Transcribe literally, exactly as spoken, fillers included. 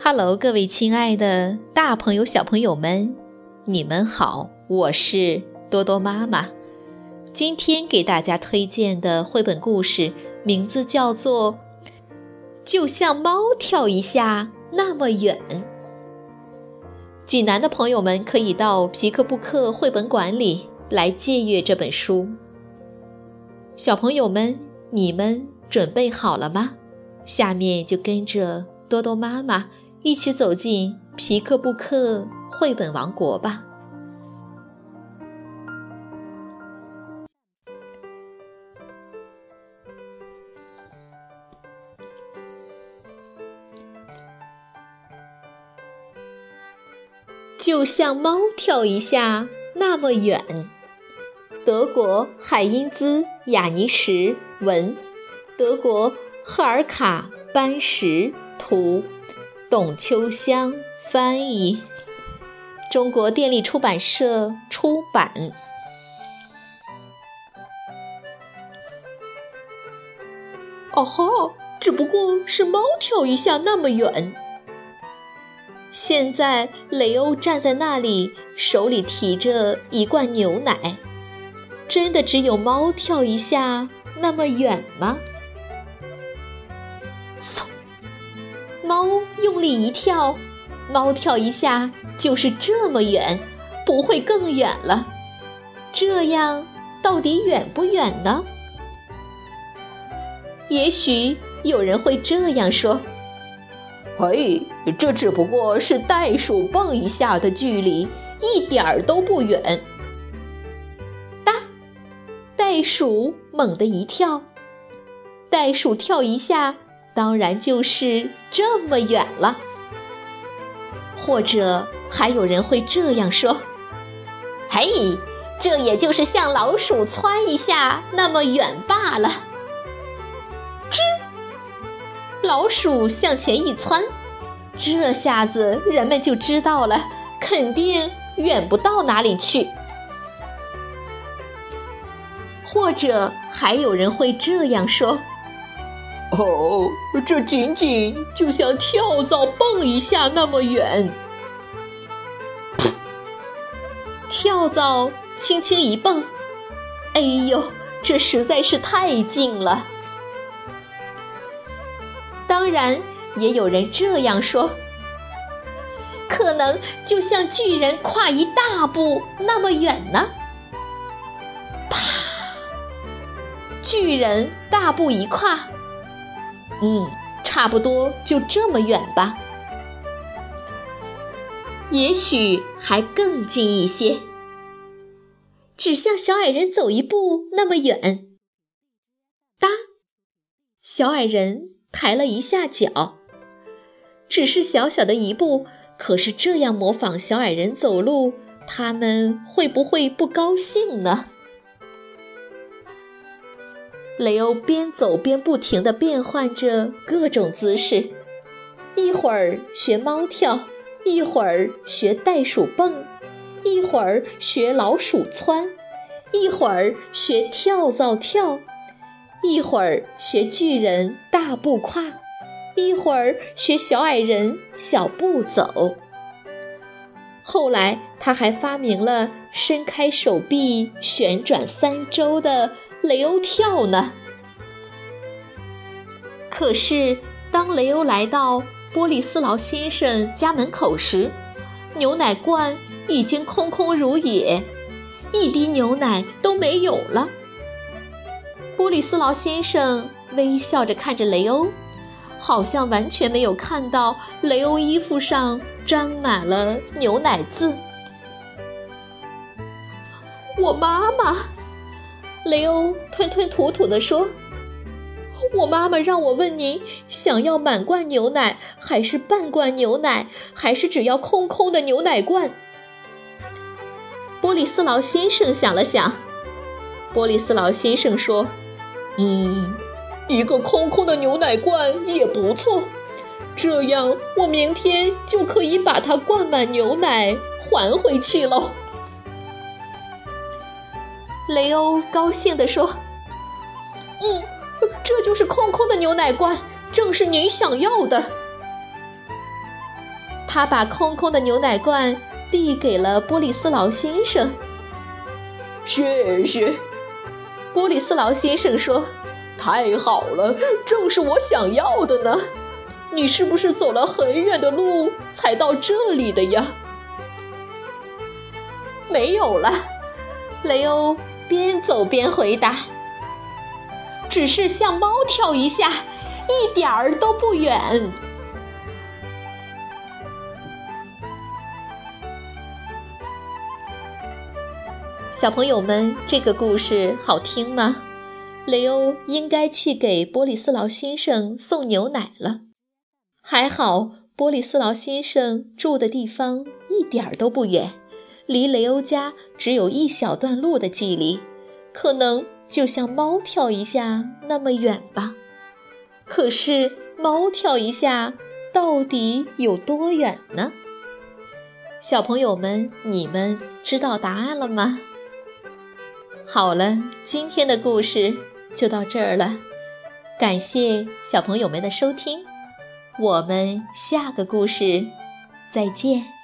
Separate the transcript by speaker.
Speaker 1: Hello， 各位亲爱的大朋友小朋友们，你们好，我是多多妈妈。今天给大家推荐的绘本故事名字叫做就像猫跳一下那么远。济南的朋友们可以到皮克布克绘本馆里来借阅这本书。小朋友们，你们准备好了吗？下面就跟着多多妈妈一起走进皮克布克绘本王国吧。就像猫跳一下那么远。德国海因兹·雅尼什文，德国赫尔卡·班什图，董秋香翻译，中国电力出版社出版。哦吼，只不过是猫跳一下那么远。现在雷欧站在那里，手里提着一罐牛奶。真的只有猫跳一下那么远吗？嗖！猫用力一跳，猫跳一下就是这么远，不会更远了。这样到底远不远呢？也许有人会这样说：嘿，这只不过是袋鼠蹦一下的距离，一点儿都不远。哒！袋鼠猛地一跳，袋鼠跳一下当然就是这么远了。或者还有人会这样说：嘿，这也就是像老鼠窜一下那么远罢了。吱！老鼠向前一窜，这下子人们就知道了，肯定远不到哪里去。或者还有人会这样说：哦，这仅仅就像跳蚤蹦一下那么远。跳蚤轻轻一蹦，哎呦，这实在是太近了。当然也有人这样说：可能就像巨人跨一大步那么远呢。啪！巨人大步一跨，嗯，差不多就这么远吧。也许还更近一些，只像小矮人走一步那么远。哒！小矮人抬了一下脚，只是小小的一步，可是这样模仿小矮人走路，他们会不会不高兴呢？雷欧边走边不停地变换着各种姿势，一会儿学猫跳，一会儿学袋鼠蹦，一会儿学老鼠窜，一会儿学跳蚤跳，一会儿学巨人大步跨，一会儿学小矮人小步走。后来他还发明了伸开手臂旋转三周的雷欧跳呢。可是当雷欧来到波利斯劳先生家门口时，牛奶罐已经空空如也，一滴牛奶都没有了。波利斯劳先生微笑着看着雷欧，好像完全没有看到雷欧衣服上沾满了牛奶渍。我妈妈，雷欧吞吞吐吐地说，我妈妈让我问您，想要满罐牛奶，还是半罐牛奶，还是只要空空的牛奶罐？波利斯劳先生想了想，波利斯劳先生说，嗯，一个空空的牛奶罐也不错，这样我明天就可以把它灌满牛奶还回去喽。雷欧高兴地说，嗯，这就是空空的牛奶罐，正是您想要的。 他把空空的牛奶罐递给了波利斯劳先生。谢谢，波利斯劳先生说，太好了，正是我想要的呢。你是不是走了很远的路才到这里的呀？没有了，雷欧边走边回答，只是像猫跳一下，一点儿都不远。小朋友们，这个故事好听吗？雷欧应该去给波利斯劳先生送牛奶了。还好，波利斯劳先生住的地方一点儿都不远，离雷欧家只有一小段路的距离，可能就像猫跳一下那么远吧。可是猫跳一下到底有多远呢？小朋友们，你们知道答案了吗？好了，今天的故事就到这儿了，感谢小朋友们的收听，我们下个故事再见。